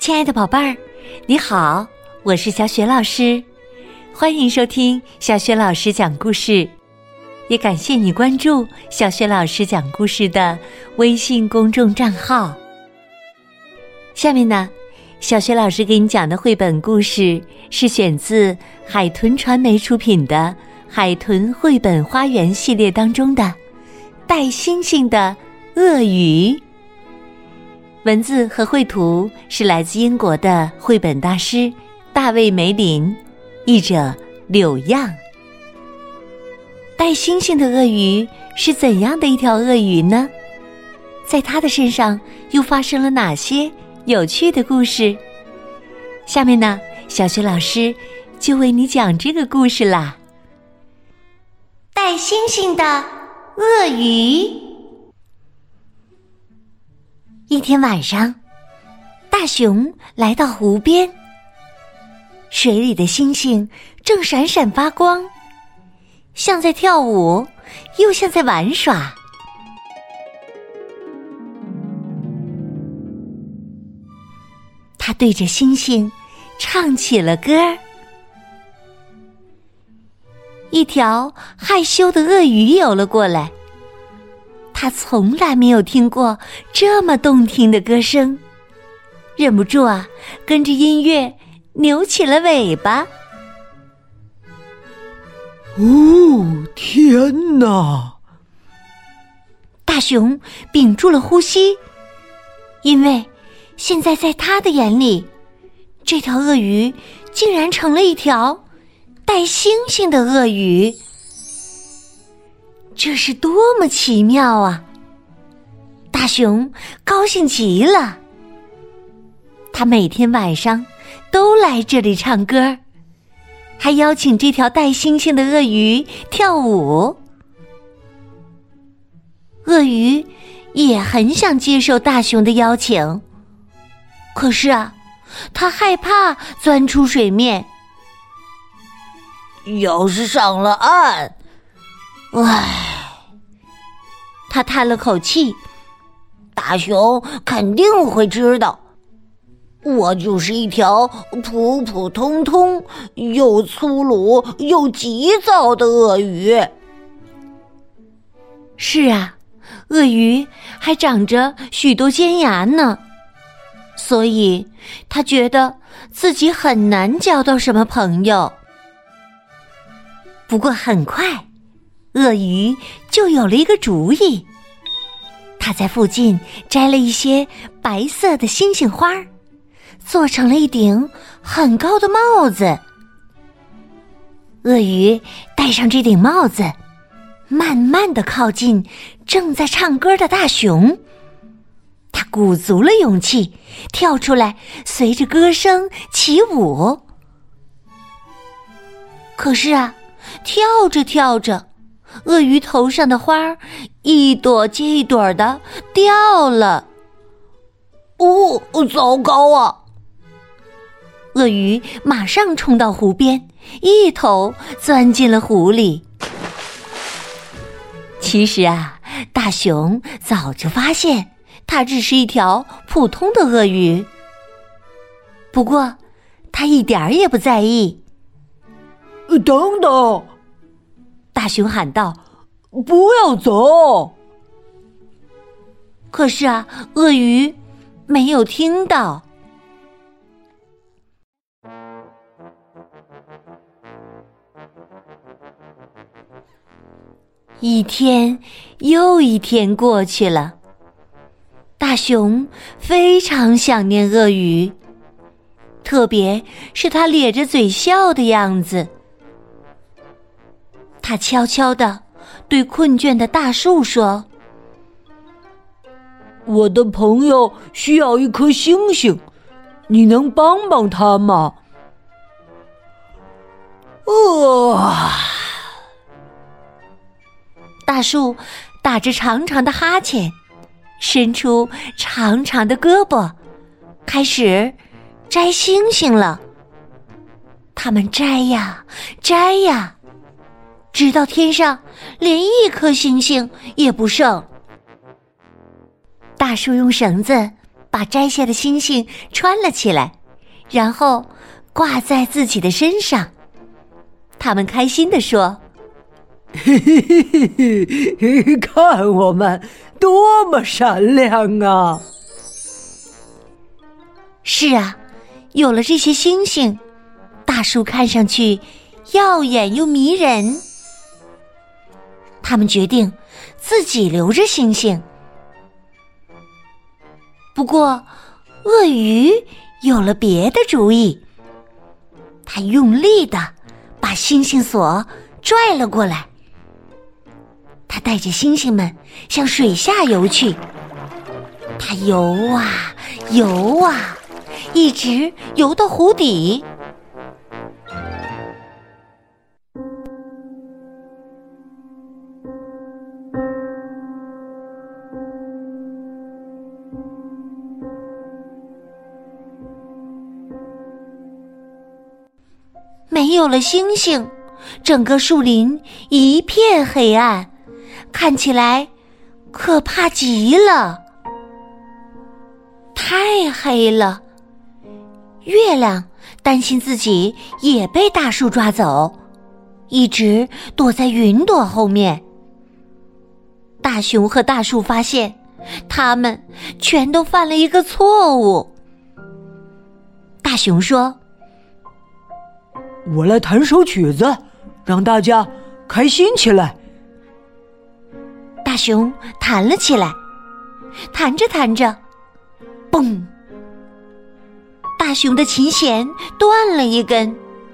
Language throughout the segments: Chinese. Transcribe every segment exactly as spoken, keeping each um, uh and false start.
亲爱的宝贝儿，你好，我是小雪老师，欢迎收听小雪老师讲故事，也感谢你关注小雪老师讲故事的微信公众账号。下面呢，小雪老师给你讲的绘本故事是选自海豚传媒出品的《海豚绘本花园》系列当中的《带星星的鳄鱼》。文字和绘图是来自英国的绘本大师大卫·梅林，译者柳样。带星星的鳄鱼是怎样的一条鳄鱼呢？在它的身上又发生了哪些有趣的故事？下面呢，小雪老师就为你讲这个故事啦。带星星的鳄鱼。一天晚上，大熊来到湖边，水里的星星正闪闪发光，像在跳舞，又像在玩耍。他对着星星唱起了歌儿。一条害羞的鳄鱼游了过来，他从来没有听过这么动听的歌声，忍不住啊，跟着音乐扭起了尾巴。 哦，天哪！ 大熊屏住了呼吸，因为现在在他的眼里，这条鳄鱼竟然成了一条带星星的鳄鱼。这是多么奇妙啊！大熊高兴极了，他每天晚上都来这里唱歌，还邀请这条带星星的鳄鱼跳舞。鳄鱼也很想接受大熊的邀请，可是啊，他害怕钻出水面。 要是上了岸，唉， 他叹了口气， 大熊肯定会知道，我就是一条普普通通又粗鲁又急躁的鳄鱼。 是啊，鳄鱼还长着许多尖牙呢，所以他觉得自己很难交到什么朋友。不过很快，鳄鱼就有了一个主意，他在附近摘了一些白色的星星花，做成了一顶很高的帽子。鳄鱼戴上这顶帽子，慢慢地靠近正在唱歌的大熊。他鼓足了勇气，跳出来，随着歌声起舞。可是啊，跳着跳着，鳄鱼头上的花儿一朵接一朵的掉了。 哦，糟糕啊！ 鳄鱼马上冲到湖边，一头钻进了湖里。其实啊，大熊早就发现它只是一条普通的鳄鱼，不过它一点儿也不在意。 等等！ 大熊喊道：“ 不要走！” 可是啊，鳄鱼没有听到。一天又一天过去了，大熊非常想念鳄鱼，特别是它咧着嘴笑的样子。他悄悄地对困倦的大树说：“ 我的朋友需要一颗星星，你能帮帮他吗？” 呃， 大树打着长长的哈欠，伸出长长的胳膊，开始摘星星了。他们摘呀摘呀，直到天上连一颗星星也不剩。大树用绳子把把摘下的星星穿了起来，然后挂在自己的身上。他们开心地说： 嘿嘿嘿嘿嘿嘿，看我们多么闪亮啊！ 是啊，有了这些星星，大树看上去耀眼又迷人。他们决定自己留着星星。不过，鳄鱼有了别的主意，他用力地把星星索拽了过来。他带着星星们向水下游去，他游啊游啊，一直游到湖底。没有了星星，整个树林一片黑暗，看起来可怕极了。太黑了，月亮担心自己也被大树抓走，一直躲在云朵后面。大熊和大树发现，他们全都犯了一个错误。大熊说： 我来弹首曲子，让大家开心起来。 大熊弹了起来，弹着弹着，嘣！大熊的琴弦断了一根。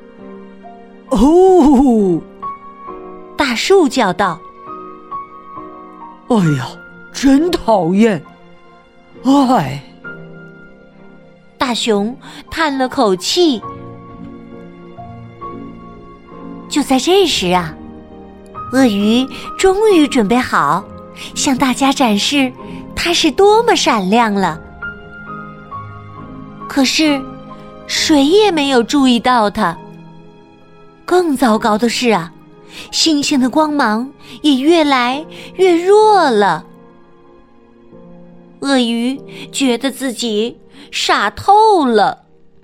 哦！ 大树叫道： 哎呀，真讨厌！唉！ 大熊叹了口气。就在这时啊，鳄鱼终于准备好向大家展示它是多么闪亮了。可是谁也没有注意到它。更糟糕的是啊，星星的光芒也越来越弱了。鳄鱼觉得自己傻透了。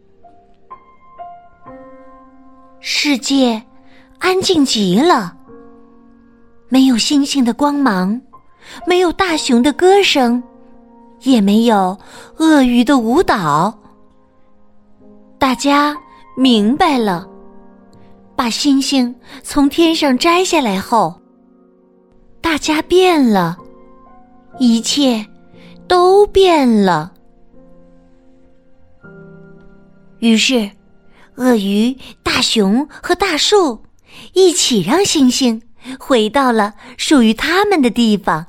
世界安静极了，没有星星的光芒，没有大熊的歌声，也没有鳄鱼的舞蹈。大家明白了，把星星从天上摘下来后，大家变了，一切都变了。于是，鳄鱼、大熊和大树一起让星星回到了属于他们的地方。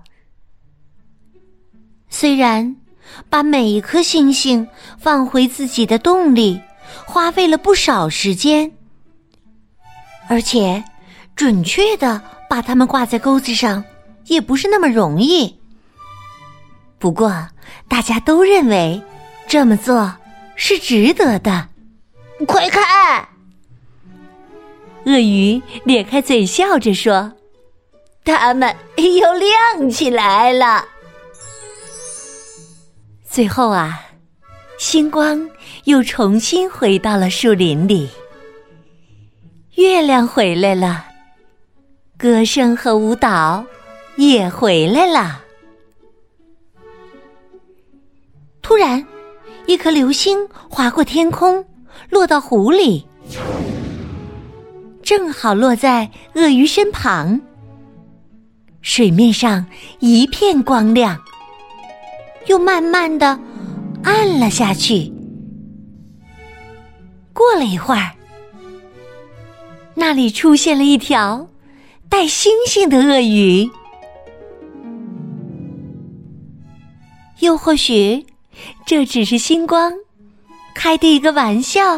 虽然把每一颗星星放回自己的洞里花费了不少时间，而且准确地把它们挂在钩子上也不是那么容易。不过大家都认为这么做是值得的。 快看！ 鳄鱼咧开嘴笑着说： 它们又亮起来了。 最后啊，星光又重新回到了树林里，月亮回来了，歌声和舞蹈也回来了。突然，一颗流星划过天空，落到湖里，正好落在鳄鱼身旁。水面上一片光亮，又慢慢地暗了下去。过了一会儿，那里出现了一条带星星的鳄鱼。又或许这只是星光开的一个玩笑。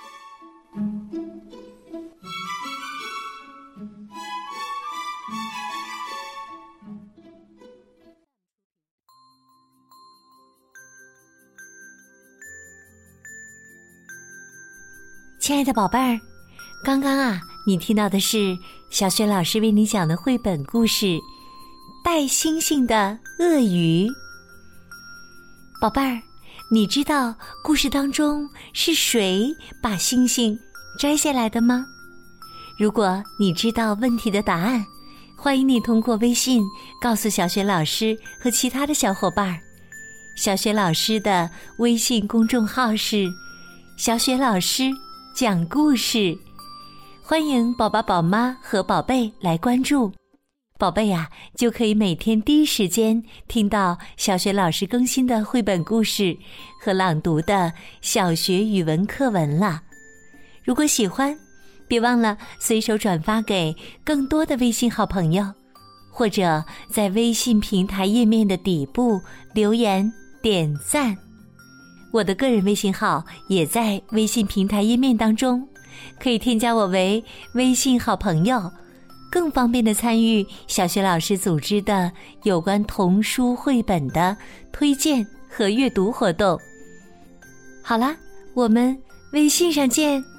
亲爱的宝贝儿，刚刚啊，你听到的是小雪老师为你讲的绘本故事《带星星的鳄鱼》。宝贝儿， 你知道故事当中是谁把星星摘下来的吗？如果你知道问题的答案，欢迎你通过微信告诉小雪老师和其他的小伙伴。小雪老师的微信公众号是小雪老师讲故事，欢迎宝宝宝妈和宝贝来关注。宝贝呀、啊，就可以每天第一时间听到小雪老师更新的绘本故事和朗读的小学语文课文了。如果喜欢，别忘了随手转发给更多的微信好朋友，或者在微信平台页面的底部留言点赞。我的个人微信号也在微信平台页面当中，可以添加我为微信好朋友，更方便的参与小学老师组织的有关童书绘本的推荐和阅读活动。好啦，我们微信上见。